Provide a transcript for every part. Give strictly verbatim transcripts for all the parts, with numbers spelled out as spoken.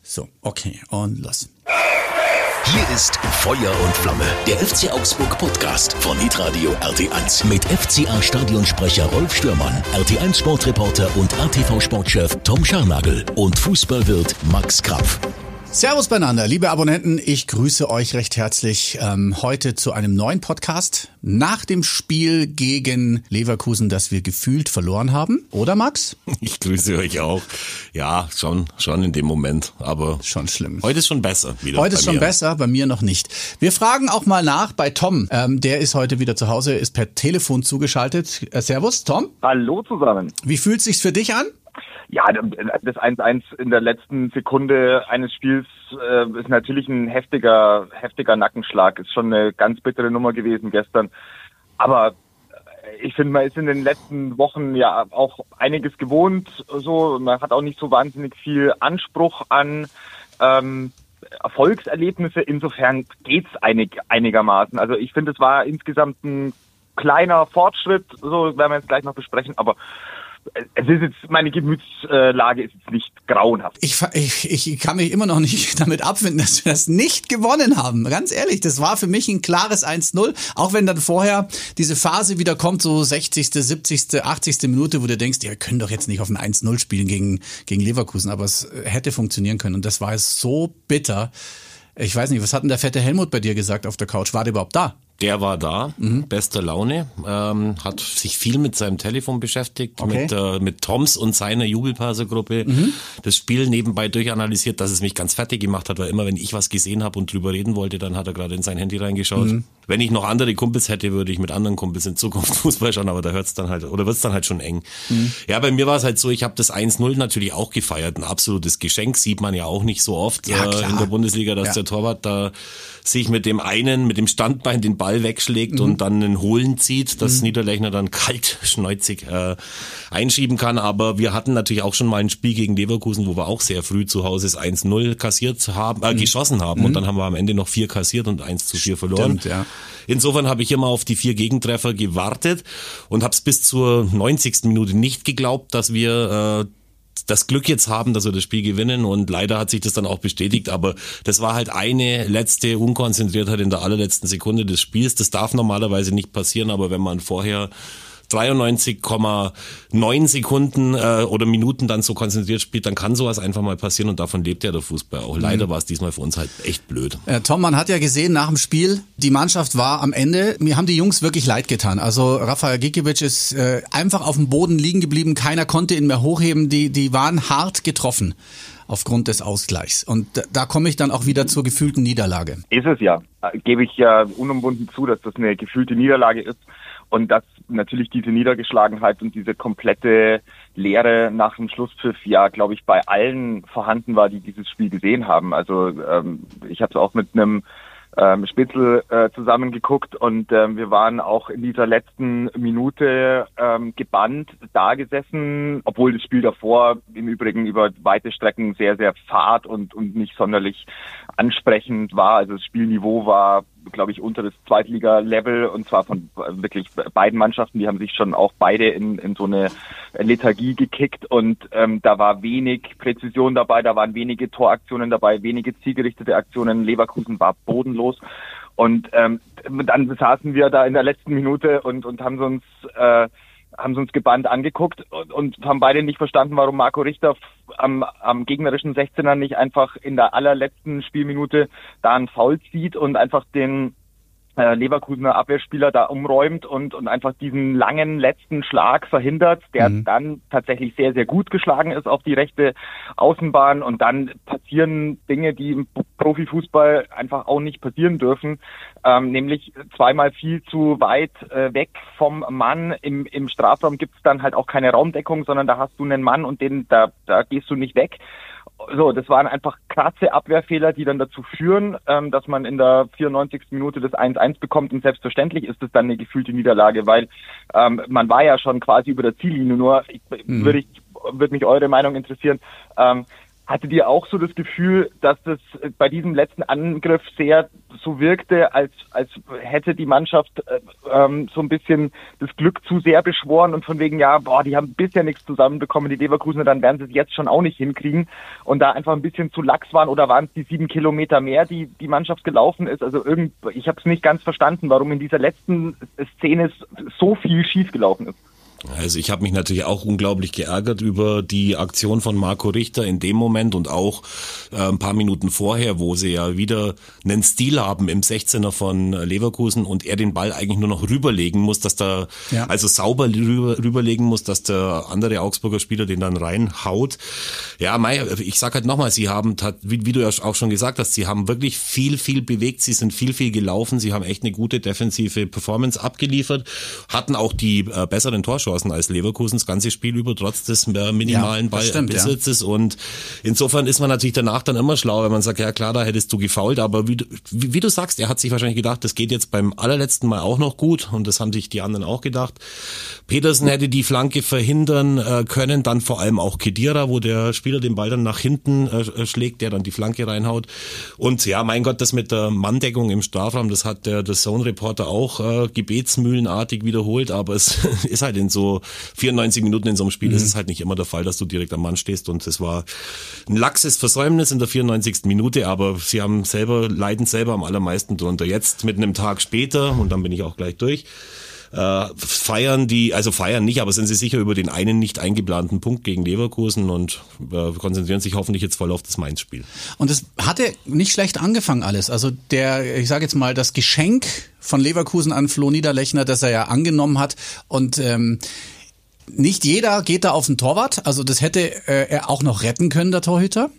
So, okay, und los. Hier ist Feuer und Flamme, der F C Augsburg Podcast von Hitradio R T eins mit F C A-Stadionsprecher Rolf Stürmann, R T eins Sportreporter und A T V-Sportchef Tom Scharnagl und Fußballwirt Max Krapf. Servus beieinander, liebe Abonnenten, ich grüße euch recht herzlich ähm, heute zu einem neuen Podcast nach dem Spiel gegen Leverkusen, das wir gefühlt verloren haben, oder Max? Ich grüße euch auch. Ja, schon, schon in dem Moment, aber schon schlimm. Heute ist schon besser. Wieder heute ist bei schon mir. besser, bei mir noch nicht. Wir fragen auch mal nach bei Tom, ähm, der ist heute wieder zu Hause, ist per Telefon zugeschaltet. Äh, servus, Tom. Hallo zusammen. Wie fühlt sich's für dich an? Ja, das eins eins in der letzten Sekunde eines Spiels äh, ist natürlich ein heftiger, heftiger Nackenschlag. Ist schon eine ganz bittere Nummer gewesen gestern. Aber ich finde, man ist in den letzten Wochen ja auch einiges gewohnt. So, man hat auch nicht so wahnsinnig viel Anspruch an ähm, Erfolgserlebnisse. Insofern geht's einig, einigermaßen. Also ich finde, es war insgesamt ein kleiner Fortschritt. So werden wir jetzt gleich noch besprechen. Aber es ist jetzt, meine Gemütslage ist jetzt nicht grauenhaft. Ich, ich, ich kann mich immer noch nicht damit abfinden, dass wir das nicht gewonnen haben. Ganz ehrlich, das war für mich ein klares eins null. Auch wenn dann vorher diese Phase wieder kommt, so sechzigste, siebzigste, achtzigste Minute, wo du denkst, ja, wir können doch jetzt nicht auf ein eins null spielen gegen, gegen Leverkusen. Aber es hätte funktionieren können. Und das war so bitter. Ich weiß nicht, was hat denn der fette Helmut bei dir gesagt auf der Couch? War der überhaupt da? Der war da, mhm. bester Laune, ähm, hat sich viel mit seinem Telefon beschäftigt, okay. mit, äh, mit Toms und seiner Jubelperser-Gruppe, mhm. das Spiel nebenbei durchanalysiert, dass es mich ganz fertig gemacht hat, weil immer wenn ich was gesehen habe und drüber reden wollte, dann hat er gerade in sein Handy reingeschaut. Mhm. Wenn ich noch andere Kumpels hätte, würde ich mit anderen Kumpels in Zukunft Fußball schauen, aber da hört's dann halt, oder wird's dann halt schon eng. Mhm. Ja, bei mir war es halt so, ich habe das eins null natürlich auch gefeiert, ein absolutes Geschenk, sieht man ja auch nicht so oft ja, äh, in der Bundesliga, dass ja. der Torwart da sich mit dem einen, mit dem Standbein den Ball wegschlägt mhm. und dann einen Hohlen zieht, dass mhm. Niederlechner dann kalt, schneuzig äh, einschieben kann. Aber wir hatten natürlich auch schon mal ein Spiel gegen Leverkusen, wo wir auch sehr früh zu Hause das eins null kassiert haben, äh, mhm. geschossen haben. Mhm. Und dann haben wir am Ende noch vier kassiert und eins zu vier verloren. Stimmt, ja. Insofern habe ich immer auf die vier Gegentreffer gewartet und habe es bis zur neunzigsten Minute nicht geglaubt, dass wir äh, das Glück jetzt haben, dass wir das Spiel gewinnen, und leider hat sich das dann auch bestätigt, aber das war halt eine letzte Unkonzentriertheit in der allerletzten Sekunde des Spiels. Das darf normalerweise nicht passieren, aber wenn man vorher dreiundneunzig Komma neun Sekunden äh, oder Minuten dann so konzentriert spielt, dann kann sowas einfach mal passieren, und davon lebt ja der Fußball auch. Leider war es diesmal für uns halt echt blöd. Äh, Tom, man hat ja gesehen nach dem Spiel, die Mannschaft war am Ende, mir haben die Jungs wirklich leid getan. Also Rafael Gikiewicz ist äh, einfach auf dem Boden liegen geblieben, keiner konnte ihn mehr hochheben, die, die waren hart getroffen aufgrund des Ausgleichs. Und da, da komme ich dann auch wieder zur gefühlten Niederlage. Ist es ja. Gebe ich ja unumwunden zu, dass das eine gefühlte Niederlage ist. Und dass natürlich diese Niedergeschlagenheit und diese komplette Leere nach dem Schlusspfiff ja, glaube ich, bei allen vorhanden war, die dieses Spiel gesehen haben. Also ähm, ich habe es auch mit einem ähm, Spitzel äh, zusammengeguckt, und ähm, wir waren auch in dieser letzten Minute ähm, gebannt da gesessen, obwohl das Spiel davor im Übrigen über weite Strecken sehr, sehr fad und, und nicht sonderlich ansprechend war. Also das Spielniveau war, glaube ich, unter das Zweitliga-Level, und zwar von wirklich beiden Mannschaften. Die haben sich schon auch beide in, in so eine Lethargie gekickt, und ähm, da war wenig Präzision dabei, da waren wenige Toraktionen dabei, wenige zielgerichtete Aktionen. Leverkusen war bodenlos, und ähm, dann saßen wir da in der letzten Minute und, und haben uns äh, haben sie uns gebannt angeguckt und, und haben beide nicht verstanden, warum Marco Richter am, am gegnerischen sechzehner nicht einfach in der allerletzten Spielminute da einen Foul zieht und einfach den äh, Leverkusener Abwehrspieler da umräumt und, und einfach diesen langen letzten Schlag verhindert, der mhm. dann tatsächlich sehr, sehr gut geschlagen ist auf die rechte Außenbahn. Und dann passieren Dinge, die im Profifußball einfach auch nicht passieren dürfen, ähm, nämlich zweimal viel zu weit äh, weg vom Mann. Im, im Strafraum gibt es dann halt auch keine Raumdeckung, sondern da hast du einen Mann, und den da, da gehst du nicht weg. So, das waren einfach krasse Abwehrfehler, die dann dazu führen, ähm, dass man in der vierundneunzigsten Minute das eins eins bekommt, und selbstverständlich ist es dann eine gefühlte Niederlage, weil ähm, man war ja schon quasi über der Ziellinie, nur ich, mhm. würde ich, würde mich eure Meinung interessieren. Ähm, Hattet ihr auch so das Gefühl, dass das bei diesem letzten Angriff sehr so wirkte, als als hätte die Mannschaft äh, ähm, so ein bisschen das Glück zu sehr beschworen und von wegen, ja, boah, die haben bisher nichts zusammenbekommen, die Leverkusener, dann werden sie es jetzt schon auch nicht hinkriegen und da einfach ein bisschen zu lax waren, oder waren es die sieben Kilometer mehr, die die Mannschaft gelaufen ist? Also irgend, ich habe es nicht ganz verstanden, warum in dieser letzten Szene so viel schiefgelaufen ist. Also ich habe mich natürlich auch unglaublich geärgert über die Aktion von Marco Richter in dem Moment und auch äh, ein paar Minuten vorher, wo sie ja wieder einen Stil haben im sechzehner von Leverkusen und er den Ball eigentlich nur noch rüberlegen muss, dass da, ja. also sauber rüber, rüberlegen muss, dass der andere Augsburger Spieler den dann reinhaut. Ja, Mei, ich sag halt nochmal, sie haben, wie, wie du ja auch schon gesagt hast, sie haben wirklich viel, viel bewegt, sie sind viel, viel gelaufen, sie haben echt eine gute defensive Performance abgeliefert, hatten auch die äh, besseren Torschancen als Leverkusen das ganze Spiel über, trotz des äh, minimalen ja, Ballbesitzes. Ja. Und insofern ist man natürlich danach dann immer schlau, wenn man sagt, ja klar, da hättest du gefoult, aber wie, wie, wie du sagst, er hat sich wahrscheinlich gedacht, das geht jetzt beim allerletzten Mal auch noch gut und das haben sich die anderen auch gedacht. Petersen hätte die Flanke verhindern äh, können, dann vor allem auch Khedira, wo der Spieler den Ball dann nach hinten äh, schlägt, der dann die Flanke reinhaut. Und ja, mein Gott, das mit der Manndeckung im Strafraum, das hat der, der Zone-Reporter auch äh, gebetsmühlenartig wiederholt, aber es ist halt in so vierundneunzig Minuten in so einem Spiel mhm. ist es halt nicht immer der Fall, dass du direkt am Mann stehst und es war ein laxes Versäumnis in der vierundneunzigsten Minute, aber sie haben selber, leiden selber am allermeisten drunter. Jetzt mit einem Tag später, und dann bin ich auch gleich durch, äh, feiern die, also feiern nicht, aber sind sie sicher über den einen nicht eingeplanten Punkt gegen Leverkusen und äh, konzentrieren sich hoffentlich jetzt voll auf das Mainz-Spiel. Und es hatte nicht schlecht angefangen alles. Also der, ich sage jetzt mal, das Geschenk von Leverkusen an Flo Niederlechner, das er ja angenommen hat und ähm, nicht jeder geht da auf den Torwart, also das hätte äh, er auch noch retten können, der Torhüter.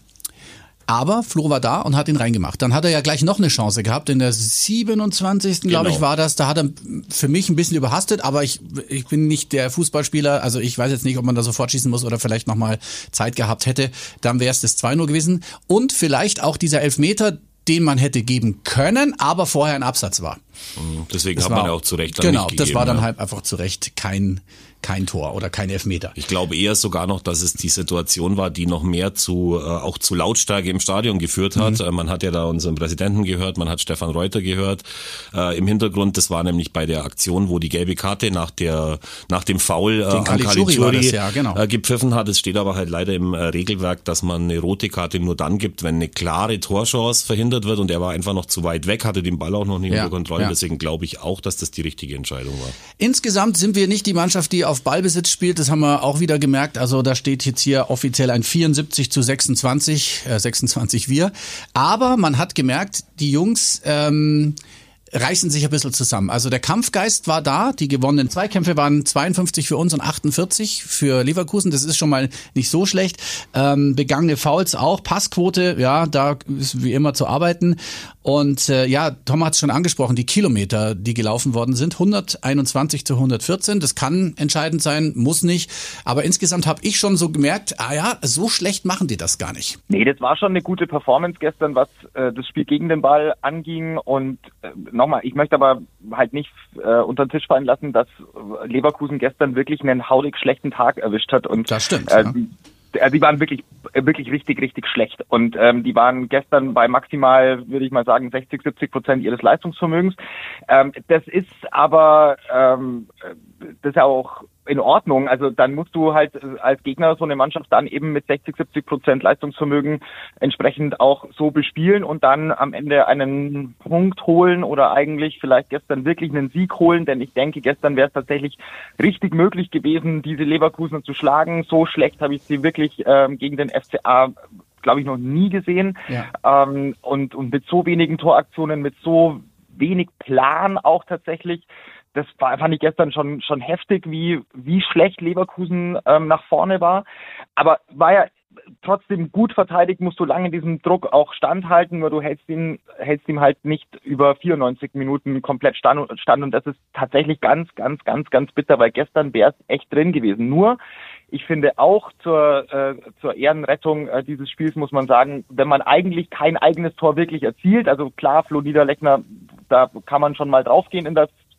Aber Flo war da und hat ihn reingemacht. Dann hat er ja gleich noch eine Chance gehabt. In der siebenundzwanzigsten glaube genau. ich, war das. Da hat er für mich ein bisschen überhastet, aber ich ich bin nicht der Fußballspieler. Also ich weiß jetzt nicht, ob man da sofort schießen muss oder vielleicht nochmal Zeit gehabt hätte. Dann wäre es das zwei null gewesen. Und vielleicht auch dieser Elfmeter, den man hätte geben können, aber vorher ein Absatz war. Deswegen das hat war, man ja auch zu Recht dann genau, nicht gegeben. das war dann ja. halt einfach zu Recht kein kein Tor oder kein Elfmeter. Ich glaube eher sogar noch, dass es die Situation war, die noch mehr zu äh, auch zu Lautstärke im Stadion geführt hat. Mhm. Man hat ja da unseren Präsidenten gehört, man hat Stefan Reuter gehört. Äh, Im Hintergrund, das war nämlich bei der Aktion, wo die gelbe Karte nach der nach dem Foul äh, an Caligiuri ja, genau. äh, gepfiffen hat. Es steht aber halt leider im äh, Regelwerk, dass man eine rote Karte nur dann gibt, wenn eine klare Torchance verhindert wird und er war einfach noch zu weit weg, hatte den Ball auch noch nicht ja, unter Kontrolle. Ja. Deswegen glaube ich auch, dass das die richtige Entscheidung war. Insgesamt sind wir nicht die Mannschaft, die auf Ballbesitz spielt. Das haben wir auch wieder gemerkt. Also da steht jetzt hier offiziell ein vierundsiebzig zu sechsundzwanzig, äh, sechsundzwanzig wir. Aber man hat gemerkt, die Jungs ähm, reißen sich ein bisschen zusammen. Also der Kampfgeist war da, die gewonnenen Zweikämpfe waren zweiundfünfzig für uns und achtundvierzig für Leverkusen. Das ist schon mal nicht so schlecht. Ähm, begangene Fouls auch, Passquote, ja, da ist wie immer zu arbeiten. Und äh, ja, Tom hat es schon angesprochen, die Kilometer, die gelaufen worden sind, hunderteinundzwanzig zu hundertvierzehn. Das kann entscheidend sein, muss nicht. Aber insgesamt habe ich schon so gemerkt, ah ja, so schlecht machen die das gar nicht. Nee, das war schon eine gute Performance gestern, was äh, das Spiel gegen den Ball anging. Und äh, nochmal, ich möchte aber halt nicht äh, unter den Tisch fallen lassen, dass Leverkusen gestern wirklich einen haulig schlechten Tag erwischt hat. Und das stimmt, äh, ja. Also die waren wirklich, wirklich richtig, richtig schlecht. Und ähm, die waren gestern bei maximal, würde ich mal sagen, sechzig, siebzig Prozent ihres Leistungsvermögens. Ähm, das ist aber, ähm, das ist ja auch in Ordnung. Also dann musst du halt als Gegner so eine Mannschaft dann eben mit sechzig, siebzig Prozent Leistungsvermögen entsprechend auch so bespielen und dann am Ende einen Punkt holen oder eigentlich vielleicht gestern wirklich einen Sieg holen. Denn ich denke, gestern wäre es tatsächlich richtig möglich gewesen, diese Leverkusener zu schlagen. So schlecht habe ich sie wirklich ähm, gegen den F C A, glaube ich, noch nie gesehen. Ja. Ähm, und, und mit so wenigen Toraktionen, mit so wenig Plan auch tatsächlich. Das war, fand ich gestern schon schon heftig, wie wie schlecht Leverkusen ähm, nach vorne war. Aber war ja trotzdem gut verteidigt, musst du lange diesem Druck auch standhalten, nur du hältst ihn hältst ihm halt nicht über vierundneunzig Minuten komplett stand, stand. Und das ist tatsächlich ganz, ganz, ganz, ganz bitter, weil gestern wäre es echt drin gewesen. Nur, ich finde auch zur äh, zur Ehrenrettung äh, dieses Spiels muss man sagen, wenn man eigentlich kein eigenes Tor wirklich erzielt, also klar, Flo Niederlechner, da kann man schon mal draufgehen in das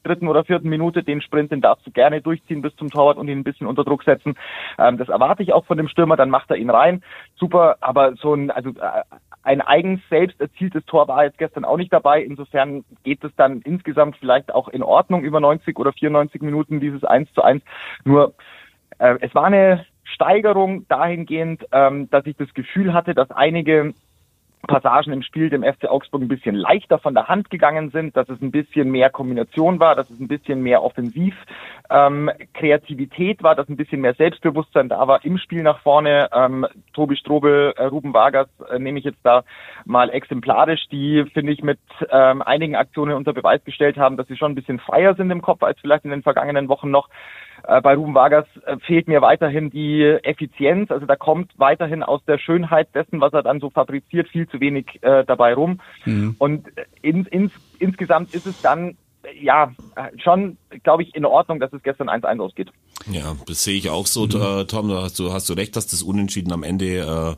dritten oder vierten Minute, den Sprint, den darfst du gerne durchziehen bis zum Torwart und ihn ein bisschen unter Druck setzen. Ähm, das erwarte ich auch von dem Stürmer, dann macht er ihn rein. Super, aber so ein, also äh, ein eigens selbst erzieltes Tor war jetzt gestern auch nicht dabei. Insofern geht es dann insgesamt vielleicht auch in Ordnung über neunzig oder vierundneunzig Minuten dieses eins zu eins. Nur äh, es war eine Steigerung dahingehend, ähm, dass ich das Gefühl hatte, dass einige Passagen im Spiel dem F C Augsburg ein bisschen leichter von der Hand gegangen sind, dass es ein bisschen mehr Kombination war, dass es ein bisschen mehr Offensiv ähm, Kreativität war, dass ein bisschen mehr Selbstbewusstsein da war im Spiel nach vorne. Ähm, Tobi Strobel, äh, Ruben Vargas äh, nehme ich jetzt da mal exemplarisch, die, finde ich, mit ähm, einigen Aktionen unter Beweis gestellt haben, dass sie schon ein bisschen freier sind im Kopf als vielleicht in den vergangenen Wochen noch. Äh, bei Ruben Vargas äh, fehlt mir weiterhin die Effizienz, also da kommt weiterhin aus der Schönheit dessen, was er dann so fabriziert, viel zu wenig äh, dabei rum. Mhm. Und in, ins, insgesamt ist es dann ja schon, glaube ich, in Ordnung, dass es gestern eins eins ausgeht. Ja, das sehe ich auch so, mhm. Tom, da hast du, hast du recht, dass das Unentschieden am Ende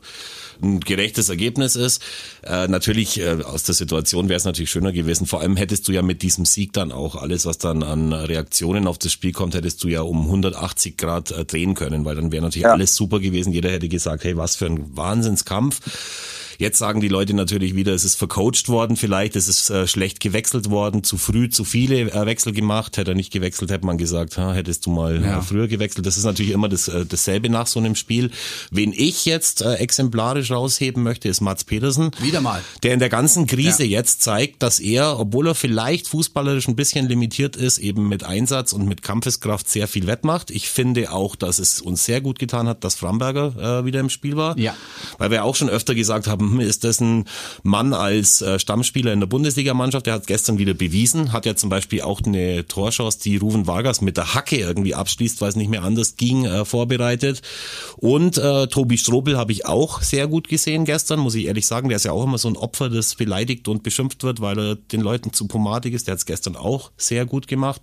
äh, ein gerechtes Ergebnis ist. Äh, natürlich, äh, aus der Situation wäre es natürlich schöner gewesen. Vor allem hättest du ja mit diesem Sieg dann auch alles, was dann an Reaktionen auf das Spiel kommt, hättest du ja um hundertachtzig Grad äh, drehen können, weil dann wäre natürlich ja. alles super gewesen. Jeder hätte gesagt, hey, was für ein Wahnsinnskampf. Jetzt sagen die Leute natürlich wieder, es ist vercoacht worden vielleicht, es ist äh, schlecht gewechselt worden, zu früh, zu viele äh, Wechsel gemacht. Hätte er nicht gewechselt, hätte man gesagt, ha, hättest du mal ja. äh, früher gewechselt. Das ist natürlich immer das, äh, dasselbe nach so einem Spiel. Wen ich jetzt äh, exemplarisch rausheben möchte, ist Mads Pedersen. Wieder mal. Der in der ganzen Krise ja. jetzt zeigt, dass er, obwohl er vielleicht fußballerisch ein bisschen limitiert ist, eben mit Einsatz und mit Kampfeskraft sehr viel wettmacht. Ich finde auch, dass es uns sehr gut getan hat, dass Framberger äh, wieder im Spiel war. Ja. Weil wir auch schon öfter gesagt haben, ist das ein Mann als äh, Stammspieler in der Bundesligamannschaft, der hat gestern wieder bewiesen, hat ja zum Beispiel auch eine Torchance, die Ruven Vargas mit der Hacke irgendwie abschließt, weil es nicht mehr anders ging, äh, vorbereitet. Und äh, Tobi Strobel habe ich auch sehr gut gesehen gestern, muss ich ehrlich sagen, der ist ja auch immer so ein Opfer, das beleidigt und beschimpft wird, weil er den Leuten zu pomadig ist, der hat es gestern auch sehr gut gemacht.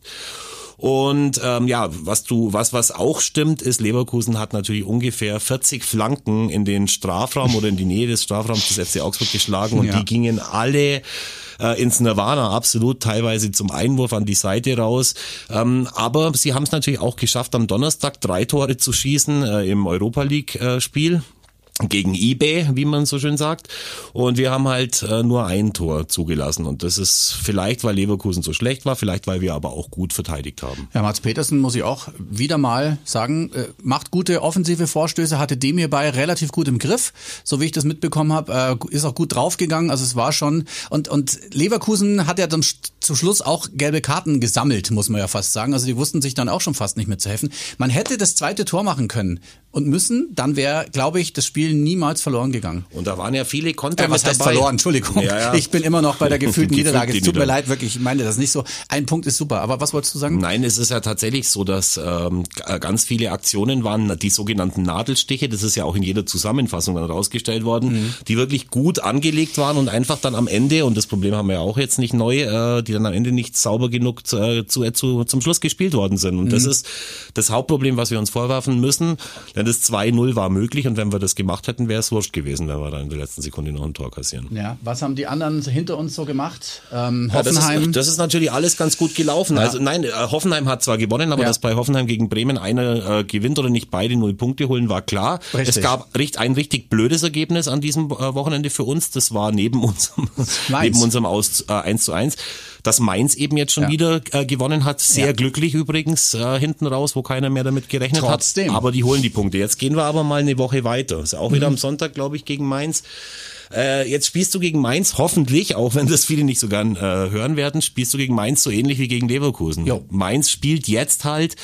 Und ähm, ja, was du, was was auch stimmt, ist, Leverkusen hat natürlich ungefähr vierzig Flanken in den Strafraum oder in die Nähe des Strafraums des F C Augsburg geschlagen und ja. die gingen alle äh, ins Nirvana, absolut, teilweise zum Einwurf an die Seite raus. Ähm, aber sie haben es natürlich auch geschafft, am Donnerstag drei Tore zu schießen äh, im Europa-League-Spiel. Äh, gegen eBay, wie man so schön sagt. Und wir haben halt äh, nur ein Tor zugelassen. Und das ist vielleicht, weil Leverkusen so schlecht war, vielleicht, weil wir aber auch gut verteidigt haben. Ja, Mads Pedersen, muss ich auch wieder mal sagen, äh, macht gute offensive Vorstöße, hatte dem hierbei relativ gut im Griff, so wie ich das mitbekommen habe, äh, ist auch gut draufgegangen. Also es war schon, und und Leverkusen hat ja dann zum Schluss auch gelbe Karten gesammelt, muss man ja fast sagen. Also die wussten sich dann auch schon fast nicht mehr zu helfen. Man hätte das zweite Tor machen können und müssen, dann wäre, glaube ich, das Spiel niemals verloren gegangen. Und da waren ja viele Konter äh, was mit heißt dabei. verloren? Entschuldigung, ja, ja. Ich bin immer noch bei der gefühlten Niederlage. Es tut mir leid, wirklich, ich meine das nicht so. Ein Punkt ist super, aber was wolltest du sagen? Nein, es ist ja tatsächlich so, dass ähm, ganz viele Aktionen waren, die sogenannten Nadelstiche, das ist ja auch in jeder Zusammenfassung dann rausgestellt worden, mhm. die wirklich gut angelegt waren und einfach dann am Ende, und das Problem haben wir ja auch jetzt nicht neu, äh, die dann am Ende nicht sauber genug zu, äh, zu, zu, zum Schluss gespielt worden sind. Und mhm. das ist das Hauptproblem, was wir uns vorwerfen müssen, denn das zwei null war möglich und wenn wir das gemacht hätten, wäre es wurscht gewesen, wenn wir dann in der letzten Sekunde noch ein Tor kassieren. Ja, was haben die anderen hinter uns so gemacht? Ähm, ja, Hoffenheim? Das ist, das ist natürlich alles ganz gut gelaufen. Ja. Also nein, Hoffenheim hat zwar gewonnen, aber ja. dass bei Hoffenheim gegen Bremen einer äh, gewinnt oder nicht beide null Punkte holen, war klar. Richtig. Es gab ein richtig blödes Ergebnis an diesem äh, Wochenende für uns. Das war neben unserem, neben unserem Aus, äh, eins zu eins. Dass Mainz eben jetzt schon ja. wieder äh, gewonnen hat. Sehr ja. glücklich übrigens äh, hinten raus, wo keiner mehr damit gerechnet Trotzdem. hat. Aber die holen die Punkte. Jetzt gehen wir aber mal eine Woche weiter. Ist auch mhm. wieder am Sonntag, glaube ich, gegen Mainz. Äh, jetzt spielst du gegen Mainz, hoffentlich, auch wenn das viele nicht so gern äh, hören werden, spielst du gegen Mainz so ähnlich wie gegen Leverkusen. Jo. Mainz spielt jetzt halt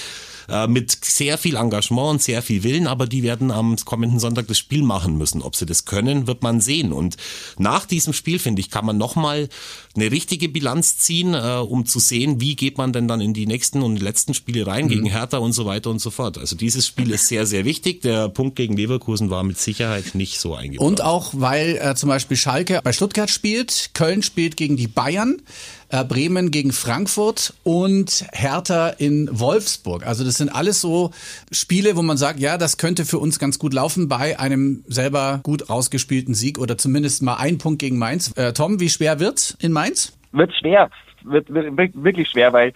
mit sehr viel Engagement und sehr viel Willen, aber die werden am kommenden Sonntag das Spiel machen müssen. Ob sie das können, wird man sehen. Und nach diesem Spiel, finde ich, kann man nochmal eine richtige Bilanz ziehen, äh, um zu sehen, wie geht man denn dann in die nächsten und letzten Spiele rein, mhm. gegen Hertha und so weiter und so fort. Also dieses Spiel ist sehr, sehr wichtig. Der Punkt gegen Leverkusen war mit Sicherheit nicht so eingebaut. Und auch, weil äh, zum Beispiel Schalke bei Stuttgart spielt, Köln spielt gegen die Bayern, äh, Bremen gegen Frankfurt und Hertha in Wolfsburg. Also das sind alles so Spiele, wo man sagt, ja, das könnte für uns ganz gut laufen bei einem selber gut rausgespielten Sieg oder zumindest mal ein Punkt gegen Mainz. Äh, Tom, wie schwer wird's in Mainz? Wird schwer, wird, wird wirklich schwer, weil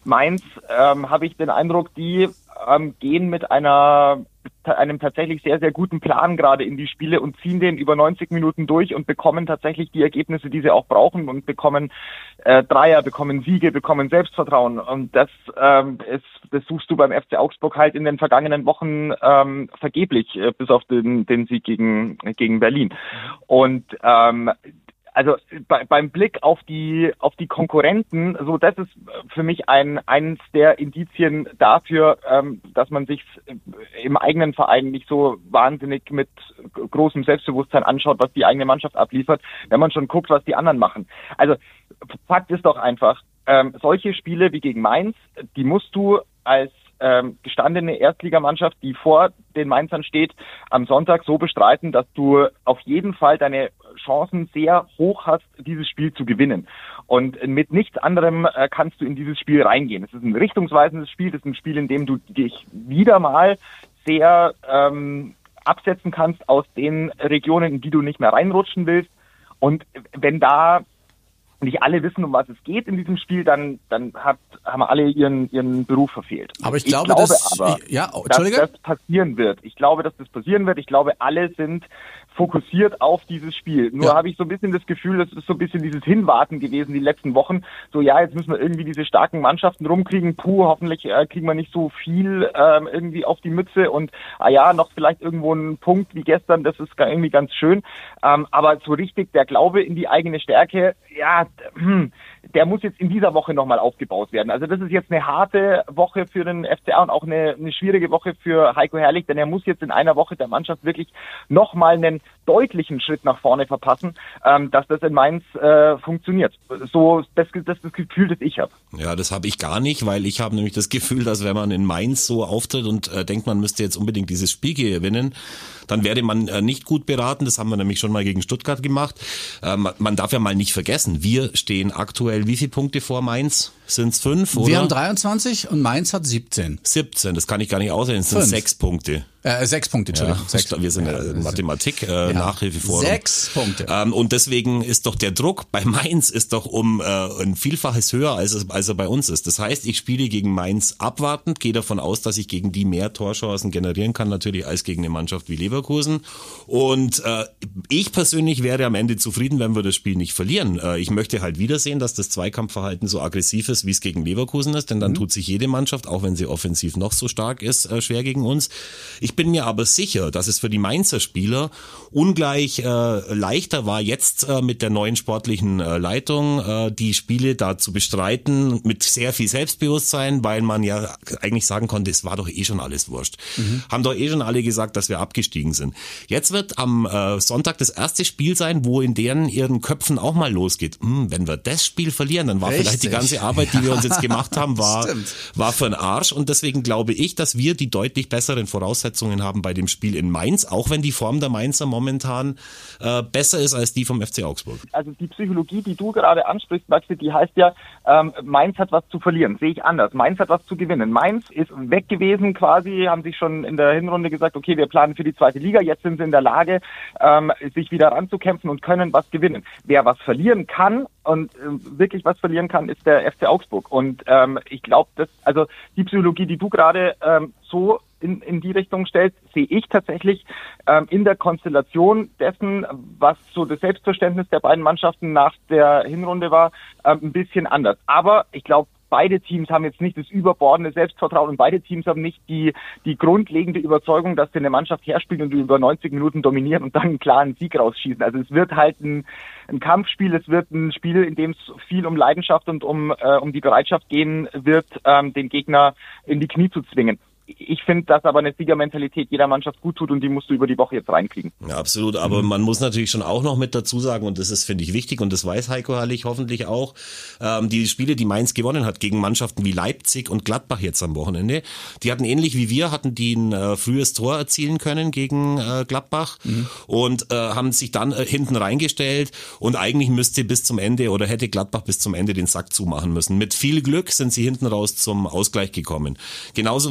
Mainz ähm, habe ich den Eindruck, die ähm, gehen mit einer einem tatsächlich sehr, sehr guten Plan gerade in die Spiele und ziehen den über neunzig Minuten durch und bekommen tatsächlich die Ergebnisse, die sie auch brauchen und bekommen äh, Dreier, bekommen Siege, bekommen Selbstvertrauen. Und das ähm, ist, das suchst du beim F C Augsburg halt in den vergangenen Wochen ähm, vergeblich, äh, bis auf den, den Sieg gegen, gegen Berlin. Und ähm, Also bei, beim Blick auf die auf die Konkurrenten, so das ist für mich ein eines der Indizien dafür, ähm, dass man sich im eigenen Verein nicht so wahnsinnig mit großem Selbstbewusstsein anschaut, was die eigene Mannschaft abliefert, wenn man schon guckt, was die anderen machen. Also Fakt ist doch einfach, ähm, solche Spiele wie gegen Mainz, die musst du als ähm, gestandene Erstligamannschaft, die vor den Mainzern steht, am Sonntag so bestreiten, dass du auf jeden Fall deine Chancen sehr hoch hast, dieses Spiel zu gewinnen. Und mit nichts anderem äh, kannst du in dieses Spiel reingehen. Es ist ein richtungsweisendes Spiel, es ist ein Spiel, in dem du dich wieder mal sehr ähm, absetzen kannst aus den Regionen, in die du nicht mehr reinrutschen willst. Und wenn da nicht alle wissen, um was es geht in diesem Spiel, dann dann hat haben alle ihren ihren Beruf verfehlt. Aber ich glaube, ich glaube dass, aber, ich, ja, oh, dass Entschuldige? das passieren wird. Ich glaube, dass das passieren wird. Ich glaube, alle sind fokussiert auf dieses Spiel. Nur Ja. habe ich so ein bisschen das Gefühl, das ist so ein bisschen dieses Hinwarten gewesen die letzten Wochen. So, ja, jetzt müssen wir irgendwie diese starken Mannschaften rumkriegen. Puh, hoffentlich äh, kriegen wir nicht so viel ähm, irgendwie auf die Mütze und ah ja, noch vielleicht irgendwo ein Punkt wie gestern, das ist irgendwie ganz schön. Ähm, aber so richtig der Glaube in die eigene Stärke, ja, hm, der muss jetzt in dieser Woche nochmal aufgebaut werden. Also das ist jetzt eine harte Woche für den F C A und auch eine, eine schwierige Woche für Heiko Herrlich, denn er muss jetzt in einer Woche der Mannschaft wirklich nochmal einen deutlichen Schritt nach vorne verpassen, ähm, dass das in Mainz äh, funktioniert. So das, das ist das Gefühl, das ich habe. Ja, das habe ich gar nicht, weil ich habe nämlich das Gefühl, dass wenn man in Mainz so auftritt und äh, denkt, man müsste jetzt unbedingt dieses Spiel gewinnen, dann werde man äh, nicht gut beraten. Das haben wir nämlich schon mal gegen Stuttgart gemacht. Äh, man, man darf ja mal nicht vergessen, wir stehen aktuell wie viele Punkte vor Mainz? Sind es fünf, oder? Wir haben dreiundzwanzig und Mainz hat siebzehn. siebzehn, das kann ich gar nicht ausrechnen, es sind Fünf. sechs Punkte. Äh, sechs Punkte, Entschuldigung. Ja, sechs. wir sind in Mathematik, äh, Ja. Nachhilfeforum. Sechs Punkte. Ähm, und deswegen ist doch der Druck bei Mainz ist doch um äh, ein Vielfaches höher, als, es, als er bei uns ist. Das heißt, ich spiele gegen Mainz abwartend, gehe davon aus, dass ich gegen die mehr Torchancen generieren kann, natürlich als gegen eine Mannschaft wie Leverkusen. Und äh, ich persönlich wäre am Ende zufrieden, wenn wir das Spiel nicht verlieren. Äh, ich möchte halt wieder sehen, dass das Zweikampfverhalten so aggressiv ist, wie es gegen Leverkusen ist, denn dann mhm. tut sich jede Mannschaft, auch wenn sie offensiv noch so stark ist, äh, schwer gegen uns. Ich bin mir aber sicher, dass es für die Mainzer Spieler ungleich äh, leichter war, jetzt äh, mit der neuen sportlichen äh, Leitung äh, die Spiele da zu bestreiten, mit sehr viel Selbstbewusstsein, weil man ja eigentlich sagen konnte, es war doch eh schon alles wurscht. Mhm. Haben doch eh schon alle gesagt, dass wir abgestiegen sind. Jetzt wird am äh, Sonntag das erste Spiel sein, wo in deren ihren Köpfen auch mal losgeht. Hm, wenn wir das Spiel verlieren, dann war Richtig. vielleicht die ganze Arbeit, die wir uns jetzt gemacht haben, war, war für den Arsch. Und deswegen glaube ich, dass wir die deutlich besseren Voraussetzungen haben bei dem Spiel in Mainz, auch wenn die Form der Mainzer momentan äh, besser ist als die vom F C Augsburg. Also die Psychologie, die du gerade ansprichst, Maxi, die heißt ja, ähm, Mainz hat was zu verlieren. Sehe ich anders. Mainz hat was zu gewinnen. Mainz ist weg gewesen quasi, haben sich schon in der Hinrunde gesagt, okay, wir planen für die zweite Liga. Jetzt sind sie in der Lage, ähm, sich wieder ranzukämpfen und können was gewinnen. Wer was verlieren kann und äh, wirklich was verlieren kann, ist der F C Augsburg. Und ähm, ich glaube, dass also die Psychologie, die du gerade ähm, so in, in die Richtung stellst, sehe ich tatsächlich ähm, in der Konstellation dessen, was so das Selbstverständnis der beiden Mannschaften nach der Hinrunde war, ähm, ein bisschen anders. Aber ich glaube, beide Teams haben jetzt nicht das überbordende Selbstvertrauen und beide Teams haben nicht die die grundlegende Überzeugung, dass sie eine Mannschaft herspielen und über neunzig Minuten dominieren und dann einen klaren Sieg rausschießen. Also es wird halt ein, ein Kampfspiel, es wird ein Spiel, in dem es viel um Leidenschaft und um äh, um die Bereitschaft gehen wird, ähm, den Gegner in die Knie zu zwingen. Ich finde, dass aber eine Siegermentalität jeder Mannschaft gut tut und die musst du über die Woche jetzt reinkriegen. Ja, absolut. Aber mhm. man muss natürlich schon auch noch mit dazu sagen, und das ist, finde ich, wichtig, und das weiß Heiko Herrlich hoffentlich auch, ähm, die Spiele, die Mainz gewonnen hat gegen Mannschaften wie Leipzig und Gladbach jetzt am Wochenende, die hatten ähnlich wie wir, hatten die ein äh, frühes Tor erzielen können gegen äh, Gladbach mhm. und äh, haben sich dann äh, hinten reingestellt und eigentlich müsste bis zum Ende oder hätte Gladbach bis zum Ende den Sack zumachen müssen. Mit viel Glück sind sie hinten raus zum Ausgleich gekommen. Genauso war es bei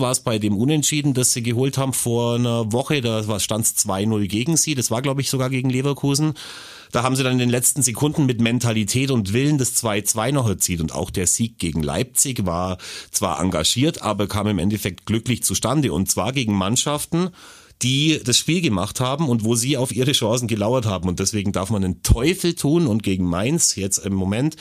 dem Unentschieden, das sie geholt haben vor einer Woche, da stand es zwei null gegen sie, das war glaube ich sogar gegen Leverkusen. Da haben sie dann in den letzten Sekunden mit Mentalität und Willen das zwei zwei noch erzielt und auch der Sieg gegen Leipzig war zwar engagiert, aber kam im Endeffekt glücklich zustande und zwar gegen Mannschaften, die das Spiel gemacht haben und wo sie auf ihre Chancen gelauert haben und deswegen darf man den Teufel tun und gegen Mainz jetzt im Moment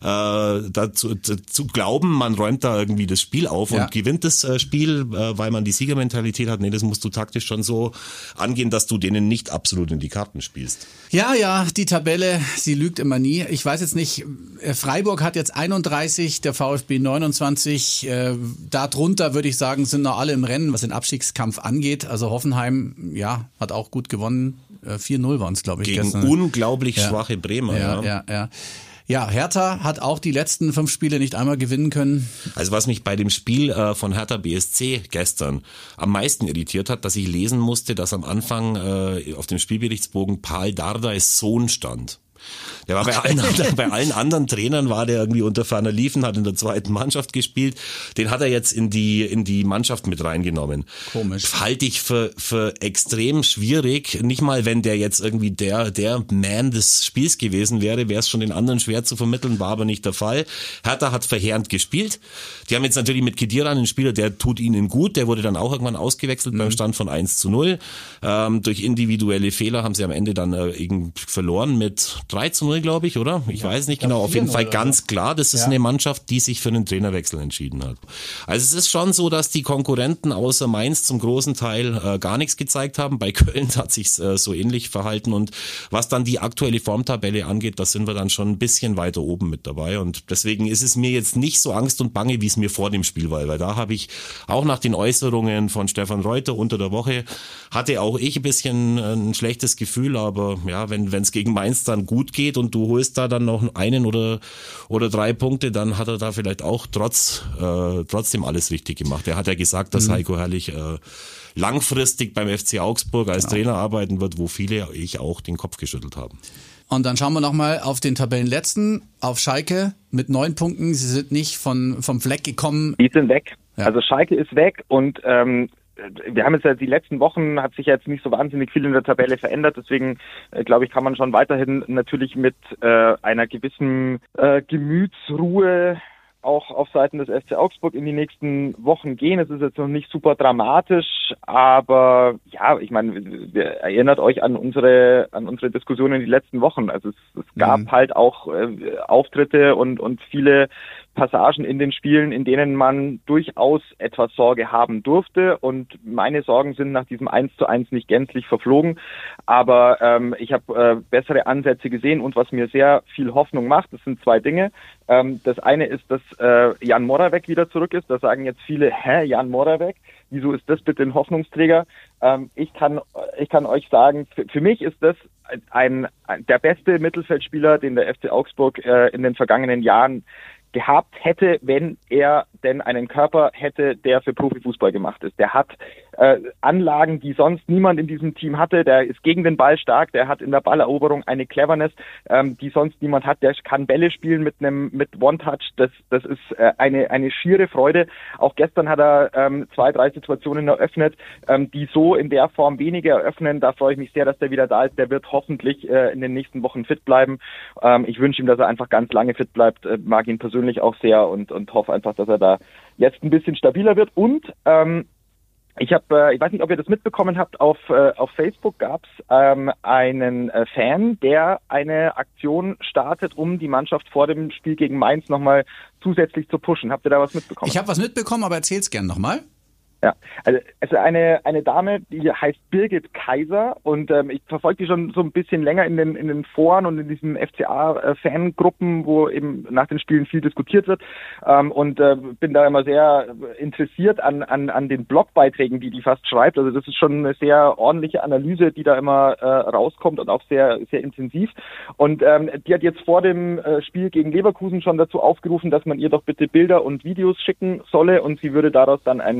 äh, dazu zu, zu glauben, man räumt da irgendwie das Spiel auf ja. und gewinnt das äh, Spiel, äh, weil man die Siegermentalität hat. Nee, das musst du taktisch schon so angehen, dass du denen nicht absolut in die Karten spielst. Ja, ja, die Tabelle, sie lügt immer nie. Ich weiß jetzt nicht, Freiburg hat jetzt einunddreißig, der VfB neunundzwanzig. Äh, darunter würde ich sagen, sind noch alle im Rennen, was den Abstiegskampf angeht. Also Hoffenheim, ja, hat auch gut gewonnen. Äh, vier null waren es, glaube ich. Gegen gestern. unglaublich ja. schwache Bremer. Ja, ja, ja. ja. Ja, Hertha hat auch die letzten fünf Spiele nicht einmal gewinnen können. Also was mich bei dem Spiel äh, von Hertha B S C gestern am meisten irritiert hat, dass ich lesen musste, dass am Anfang äh, auf dem Spielberichtsbogen Pal Dardais Sohn stand. Der war bei allen, anderen, bei allen anderen Trainern war der irgendwie unter ferner Liefen, hat in der zweiten Mannschaft gespielt. Den hat er jetzt in die in die Mannschaft mit reingenommen. Komisch. Halte ich für für extrem schwierig. Nicht mal, wenn der jetzt irgendwie der der Man des Spiels gewesen wäre, wäre es schon den anderen schwer zu vermitteln, war aber nicht der Fall. Hertha hat verheerend gespielt. Die haben jetzt natürlich mit Khedira einen Spieler, der tut ihnen gut. Der wurde dann auch irgendwann ausgewechselt mhm. beim Stand von eins zu null. Ähm, durch individuelle Fehler haben sie am Ende dann äh, irgendwie verloren mit drei zu null, glaube ich, oder? Ich ja, weiß nicht genau. Auf jeden Fall ganz klar, das ist ja. eine Mannschaft, die sich für einen Trainerwechsel entschieden hat. Also es ist schon so, dass die Konkurrenten außer Mainz zum großen Teil äh, gar nichts gezeigt haben. Bei Köln hat sich äh, so ähnlich verhalten und was dann die aktuelle Formtabelle angeht, da sind wir dann schon ein bisschen weiter oben mit dabei und deswegen ist es mir jetzt nicht so Angst und Bange, wie es mir vor dem Spiel war, weil da habe ich auch nach den Äußerungen von Stefan Reuter unter der Woche, hatte auch ich ein bisschen ein schlechtes Gefühl, aber ja, wenn es gegen Mainz dann gut geht und du holst da dann noch einen oder oder drei Punkte, dann hat er da vielleicht auch trotz äh, trotzdem alles richtig gemacht. Er hat ja gesagt, dass mhm. Heiko Herrlich äh, langfristig beim F C Augsburg als genau. Trainer arbeiten wird, wo viele, ich auch, den Kopf geschüttelt haben. Und dann schauen wir nochmal auf den Tabellenletzten, auf Schalke mit neun Punkten. Sie sind nicht von vom Fleck gekommen. Die sind weg. Ja. Also Schalke ist weg und ähm, wir haben jetzt ja die letzten Wochen, hat sich jetzt nicht so wahnsinnig viel in der Tabelle verändert, deswegen äh, glaube ich, kann man schon weiterhin natürlich mit äh, einer gewissen äh, Gemütsruhe auch auf Seiten des F C Augsburg in die nächsten Wochen gehen. Es ist jetzt noch nicht super dramatisch, aber ja, ich meine, wir erinnert euch an unsere an unsere Diskussionen in die letzten Wochen. Also es, es gab mhm. halt auch äh, Auftritte und und viele Passagen in den Spielen, in denen man durchaus etwas Sorge haben durfte und meine Sorgen sind nach diesem eins zu eins nicht gänzlich verflogen, aber ähm, ich habe äh, bessere Ansätze gesehen und was mir sehr viel Hoffnung macht, das sind zwei Dinge. Ähm, das eine ist, dass äh, Jan Moravec wieder zurück ist, da sagen jetzt viele, hä, Jan Moravec? Wieso ist das bitte ein Hoffnungsträger? Ähm, ich kann ich kann euch sagen, für, für mich ist das ein, ein der beste Mittelfeldspieler, den der F C Augsburg äh, in den vergangenen Jahren gehabt hätte, wenn er denn einen Körper hätte, der für Profifußball gemacht ist. Der hat äh, Anlagen, die sonst niemand in diesem Team hatte. Der ist gegen den Ball stark. Der hat in der Balleroberung eine Cleverness, ähm, die sonst niemand hat. Der kann Bälle spielen mit einem mit One-Touch. Das das ist äh, eine eine schiere Freude. Auch gestern hat er ähm, zwei, drei Situationen eröffnet, ähm, die so in der Form weniger eröffnen. Da freue ich mich sehr, dass der wieder da ist. Der wird hoffentlich äh, in den nächsten Wochen fit bleiben. Ähm, ich wünsche ihm, dass er einfach ganz lange fit bleibt. Äh, mag ihn persönlich auch sehr und und hoffe einfach, dass er da jetzt ein bisschen stabiler wird. Und ähm, ich habe, äh, ich weiß nicht, ob ihr das mitbekommen habt, auf äh, auf Facebook gab es ähm, einen äh, Fan, der eine Aktion startet, um die Mannschaft vor dem Spiel gegen Mainz nochmal zusätzlich zu pushen. Habt ihr da was mitbekommen? Ich habe was mitbekommen, aber erzähl's gern nochmal. Ja, also es ist eine eine Dame, die heißt Birgit Kaiser und ähm, ich verfolge die schon so ein bisschen länger in den in den Foren und in diesen F C A-Fangruppen, wo eben nach den Spielen viel diskutiert wird ähm, und äh, bin da immer sehr interessiert an an an den Blogbeiträgen, die die fast schreibt. Also das ist schon eine sehr ordentliche Analyse, die da immer äh, rauskommt und auch sehr sehr intensiv. Und ähm, die hat jetzt vor dem äh, Spiel gegen Leverkusen schon dazu aufgerufen, dass man ihr doch bitte Bilder und Videos schicken solle und sie würde daraus dann ein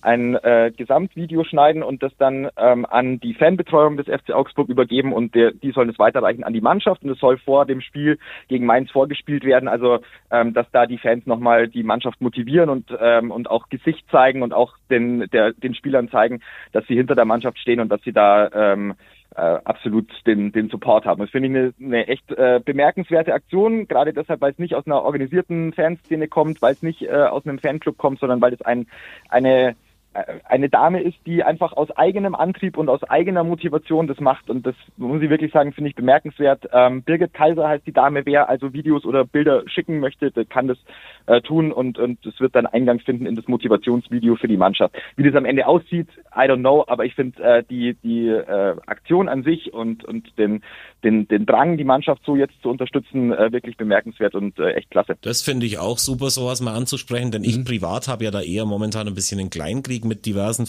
ein äh, Gesamtvideo schneiden und das dann ähm, an die Fanbetreuung des F C Augsburg übergeben und der, die sollen es weiterreichen an die Mannschaft und es soll vor dem Spiel gegen Mainz vorgespielt werden, also ähm, dass da die Fans nochmal die Mannschaft motivieren und ähm, und auch Gesicht zeigen und auch den der den Spielern zeigen, dass sie hinter der Mannschaft stehen und dass sie da ähm, äh, absolut den den Support haben. Das finde ich eine, eine echt äh, bemerkenswerte Aktion, gerade deshalb, weil es nicht aus einer organisierten Fanszene kommt, weil es nicht äh, aus einem Fanclub kommt, sondern weil es ein eine eine Dame ist, die einfach aus eigenem Antrieb und aus eigener Motivation das macht und das muss ich wirklich sagen, finde ich bemerkenswert. Ähm, Birgit Kaiser heißt die Dame, wer also Videos oder Bilder schicken möchte, der kann das äh, tun und und es wird dann Eingang finden in das Motivationsvideo für die Mannschaft. Wie das am Ende aussieht, I don't know, aber ich finde äh, die die äh, Aktion an sich und und den den den Drang, die Mannschaft so jetzt zu unterstützen, äh, wirklich bemerkenswert und äh, echt klasse. Das finde ich auch super, sowas mal anzusprechen, denn ich mhm. privat habe ja da eher momentan ein bisschen einen Kleinkrieg mit diversen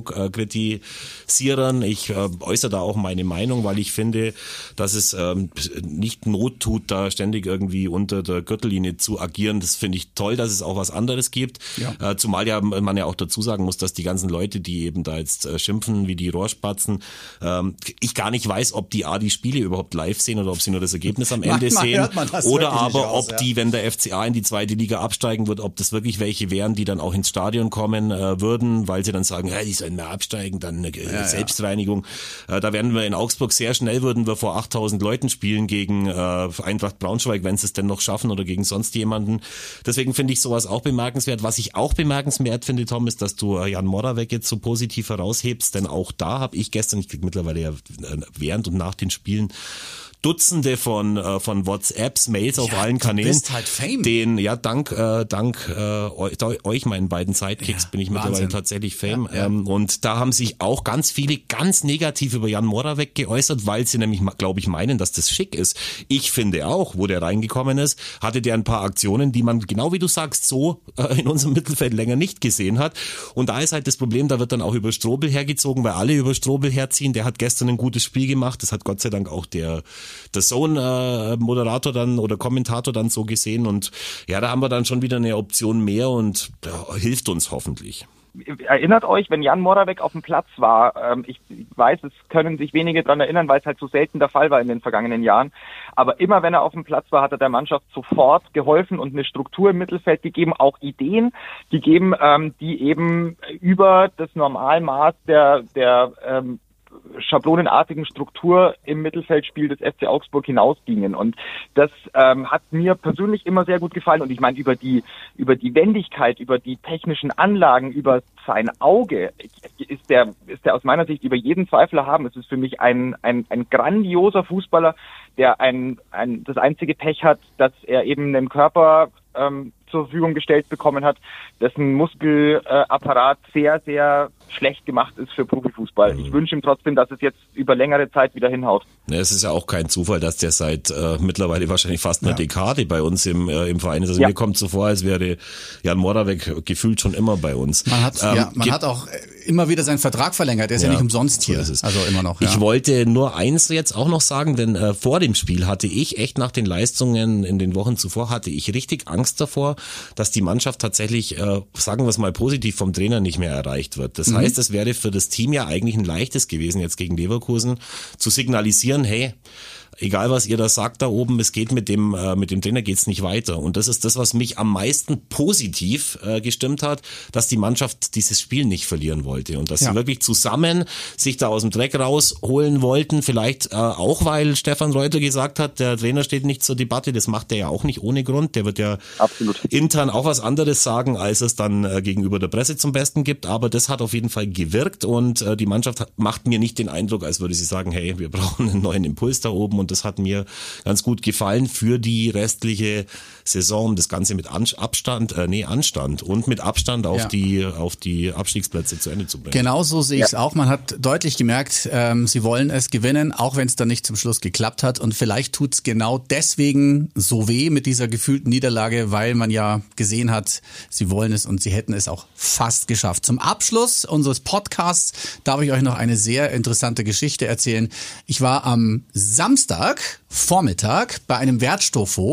Facebook-Kritisierern. Ich äh, äußere da auch meine Meinung, weil ich finde, dass es ähm, nicht Not tut, da ständig irgendwie unter der Gürtellinie zu agieren. Das finde ich toll, dass es auch was anderes gibt. Ja. Äh, zumal ja man ja auch dazu sagen muss, dass die ganzen Leute, die eben da jetzt äh, schimpfen wie die Rohrspatzen, ähm, ich gar nicht weiß, ob die A die Spiele überhaupt live sehen oder ob sie nur das Ergebnis am Ende sehen. Oder aber ob ja. die, wenn der F C A in die zweite Liga absteigen wird, ob das wirklich welche wären, die dann auch ins Stadion kommen äh, würden, weil sie dann sagen, hey, die sollen mehr absteigen, dann eine ja, Selbstreinigung. Ja. Äh, da werden wir in Augsburg sehr schnell, würden wir vor achttausend Leuten spielen gegen äh, Eintracht Braunschweig, wenn sie es denn noch schaffen oder gegen sonst jemanden. Deswegen finde ich sowas auch bemerkenswert. Was ich auch bemerkenswert finde, Tom, ist, dass du äh, Jan Moravec jetzt so positiv heraushebst, denn auch da habe ich gestern, ich kriege mittlerweile ja während und nach den Spielen Dutzende von äh, von WhatsApps, Mails auf ja, allen Kanälen. Du bist halt Fame. Den ja dank äh, dank äh, euch meinen beiden Sidekicks ja, bin ich mittlerweile Wahnsinn. tatsächlich Fame. Ja, ja. Ähm, und da haben sich auch ganz viele ganz negativ über Jan Moravec geäußert, weil sie nämlich, glaube ich, meinen, dass das schick ist. Ich finde auch, wo der reingekommen ist, hatte der ein paar Aktionen, die man genau wie du sagst so äh, in unserem Mittelfeld länger nicht gesehen hat. Und da ist halt das Problem, da wird dann auch über Strobel hergezogen, weil alle über Strobel herziehen. Der hat gestern ein gutes Spiel gemacht. Das hat Gott sei Dank auch der der Zone-Moderator dann oder Kommentator dann so gesehen und ja, da haben wir dann schon wieder eine Option mehr und ja, hilft uns hoffentlich. Erinnert euch, wenn Jan Moravec auf dem Platz war, ähm, ich weiß, es können sich wenige daran erinnern, weil es halt so selten der Fall war in den vergangenen Jahren, aber immer wenn er auf dem Platz war, hat er der Mannschaft sofort geholfen und eine Struktur im Mittelfeld gegeben, auch Ideen gegeben, ähm, die eben über das Normalmaß der, der ähm, schablonenartigen Struktur im Mittelfeldspiel des F C Augsburg hinausgingen und das ähm, hat mir persönlich immer sehr gut gefallen und ich meine über die über die Wendigkeit, über die technischen Anlagen, über sein Auge ist der ist der aus meiner Sicht über jeden Zweifel erhaben. Es ist für mich ein ein ein grandioser Fußballer, der ein ein das einzige Pech hat, dass er eben einen Körper ähm, zur Verfügung gestellt bekommen hat, dessen Muskelapparat sehr, sehr schlecht gemacht ist für Profifußball. Ich wünsche ihm trotzdem, dass es jetzt über längere Zeit wieder hinhaut. Ja, es ist ja auch kein Zufall, dass der seit äh, mittlerweile wahrscheinlich fast einer ja. Dekade bei uns im äh, im Verein ist. Also ja. mir kommt so vor, als wäre Jan Moravec gefühlt schon immer bei uns. Man hat, ähm, ja, man hat auch immer wieder seinen Vertrag verlängert. Der ist ja, ja nicht umsonst hier. So ist es. Also immer noch. Ja. Ich wollte nur eins jetzt auch noch sagen, denn äh, vor dem Spiel hatte ich echt nach den Leistungen in den Wochen zuvor hatte ich richtig Angst davor, dass die Mannschaft tatsächlich, äh, sagen wir es mal positiv, vom Trainer nicht mehr erreicht wird. Das mhm. heißt, es wäre für das Team ja eigentlich ein leichtes gewesen, jetzt gegen Leverkusen zu signalisieren, hey, egal was ihr da sagt da oben, es geht mit dem äh, mit dem Trainer geht's nicht weiter. Und das ist das, was mich am meisten positiv äh, gestimmt hat, dass die Mannschaft dieses Spiel nicht verlieren wollte und dass ja. sie wirklich zusammen sich da aus dem Dreck rausholen wollten. Vielleicht äh, auch, weil Stefan Reuter gesagt hat, der Trainer steht nicht zur Debatte. Das macht er ja auch nicht ohne Grund. Der wird ja Absolut. intern auch was anderes sagen, als es dann äh, gegenüber der Presse zum Besten gibt. Aber das hat auf jeden Fall gewirkt und äh, die Mannschaft hat, macht mir nicht den Eindruck, als würde sie sagen, hey, wir brauchen einen neuen Impuls da oben. Und das hat mir ganz gut gefallen für die restliche Saison. Das Ganze mit Abstand, äh, nee, Anstand und mit Abstand auf ja. die auf die Abstiegsplätze zu Ende zu bringen. Genau so sehe ich es auch. Man hat deutlich gemerkt, ähm, sie wollen es gewinnen, auch wenn es dann nicht zum Schluss geklappt hat. Und vielleicht tut es genau deswegen so weh mit dieser gefühlten Niederlage, weil man ja gesehen hat, sie wollen es und sie hätten es auch fast geschafft. Zum Abschluss unseres Podcasts darf ich euch noch eine sehr interessante Geschichte erzählen. Ich war am Samstag Vormittag bei einem Wertstoffhof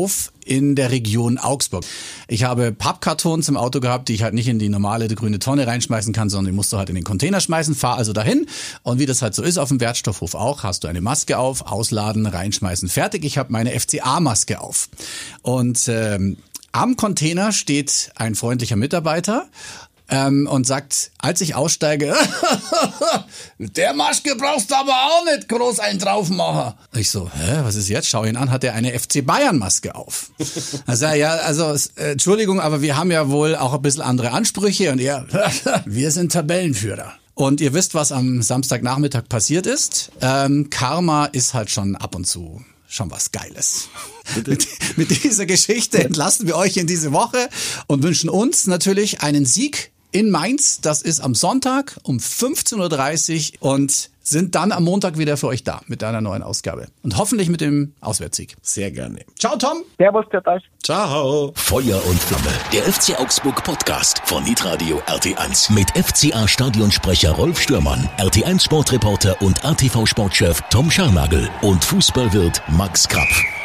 in der Region Augsburg. Ich habe Pappkartons im Auto gehabt, die ich halt nicht in die normale die grüne Tonne reinschmeißen kann, sondern die musst du halt in den Container schmeißen. Fahr also dahin und wie das halt so ist auf dem Wertstoffhof auch, hast du eine Maske auf, ausladen, reinschmeißen, fertig. Ich habe meine F C A-Maske auf. Und ähm, am Container steht ein freundlicher Mitarbeiter ähm, und sagt, als ich aussteige, mit der Maske brauchst du aber auch nicht groß einen drauf machen. Ich so, hä, was ist jetzt? Schau ihn an, hat er eine F C Bayern-Maske auf. Also ja, also äh, Entschuldigung, aber wir haben ja wohl auch ein bisschen andere Ansprüche und er, wir sind Tabellenführer. Und ihr wisst, was am Samstagnachmittag passiert ist. Ähm, Karma ist halt schon ab und zu schon was Geiles. mit, mit dieser Geschichte entlassen wir euch in diese Woche und wünschen uns natürlich einen Sieg in Mainz. Das ist am Sonntag um fünfzehn Uhr dreißig und sind dann am Montag wieder für euch da mit einer neuen Ausgabe. Und hoffentlich mit dem Auswärtssieg. Sehr gerne. Ciao, Tom. Servus, der Teich. Ciao. Feuer und Flamme, der F C Augsburg Podcast von Hitradio R T eins. Mit F C A-Stadionsprecher Rolf Stürmann, R T eins Sportreporter und A T V-Sportchef Tom Scharnagl und Fußballwirt Max Krapf.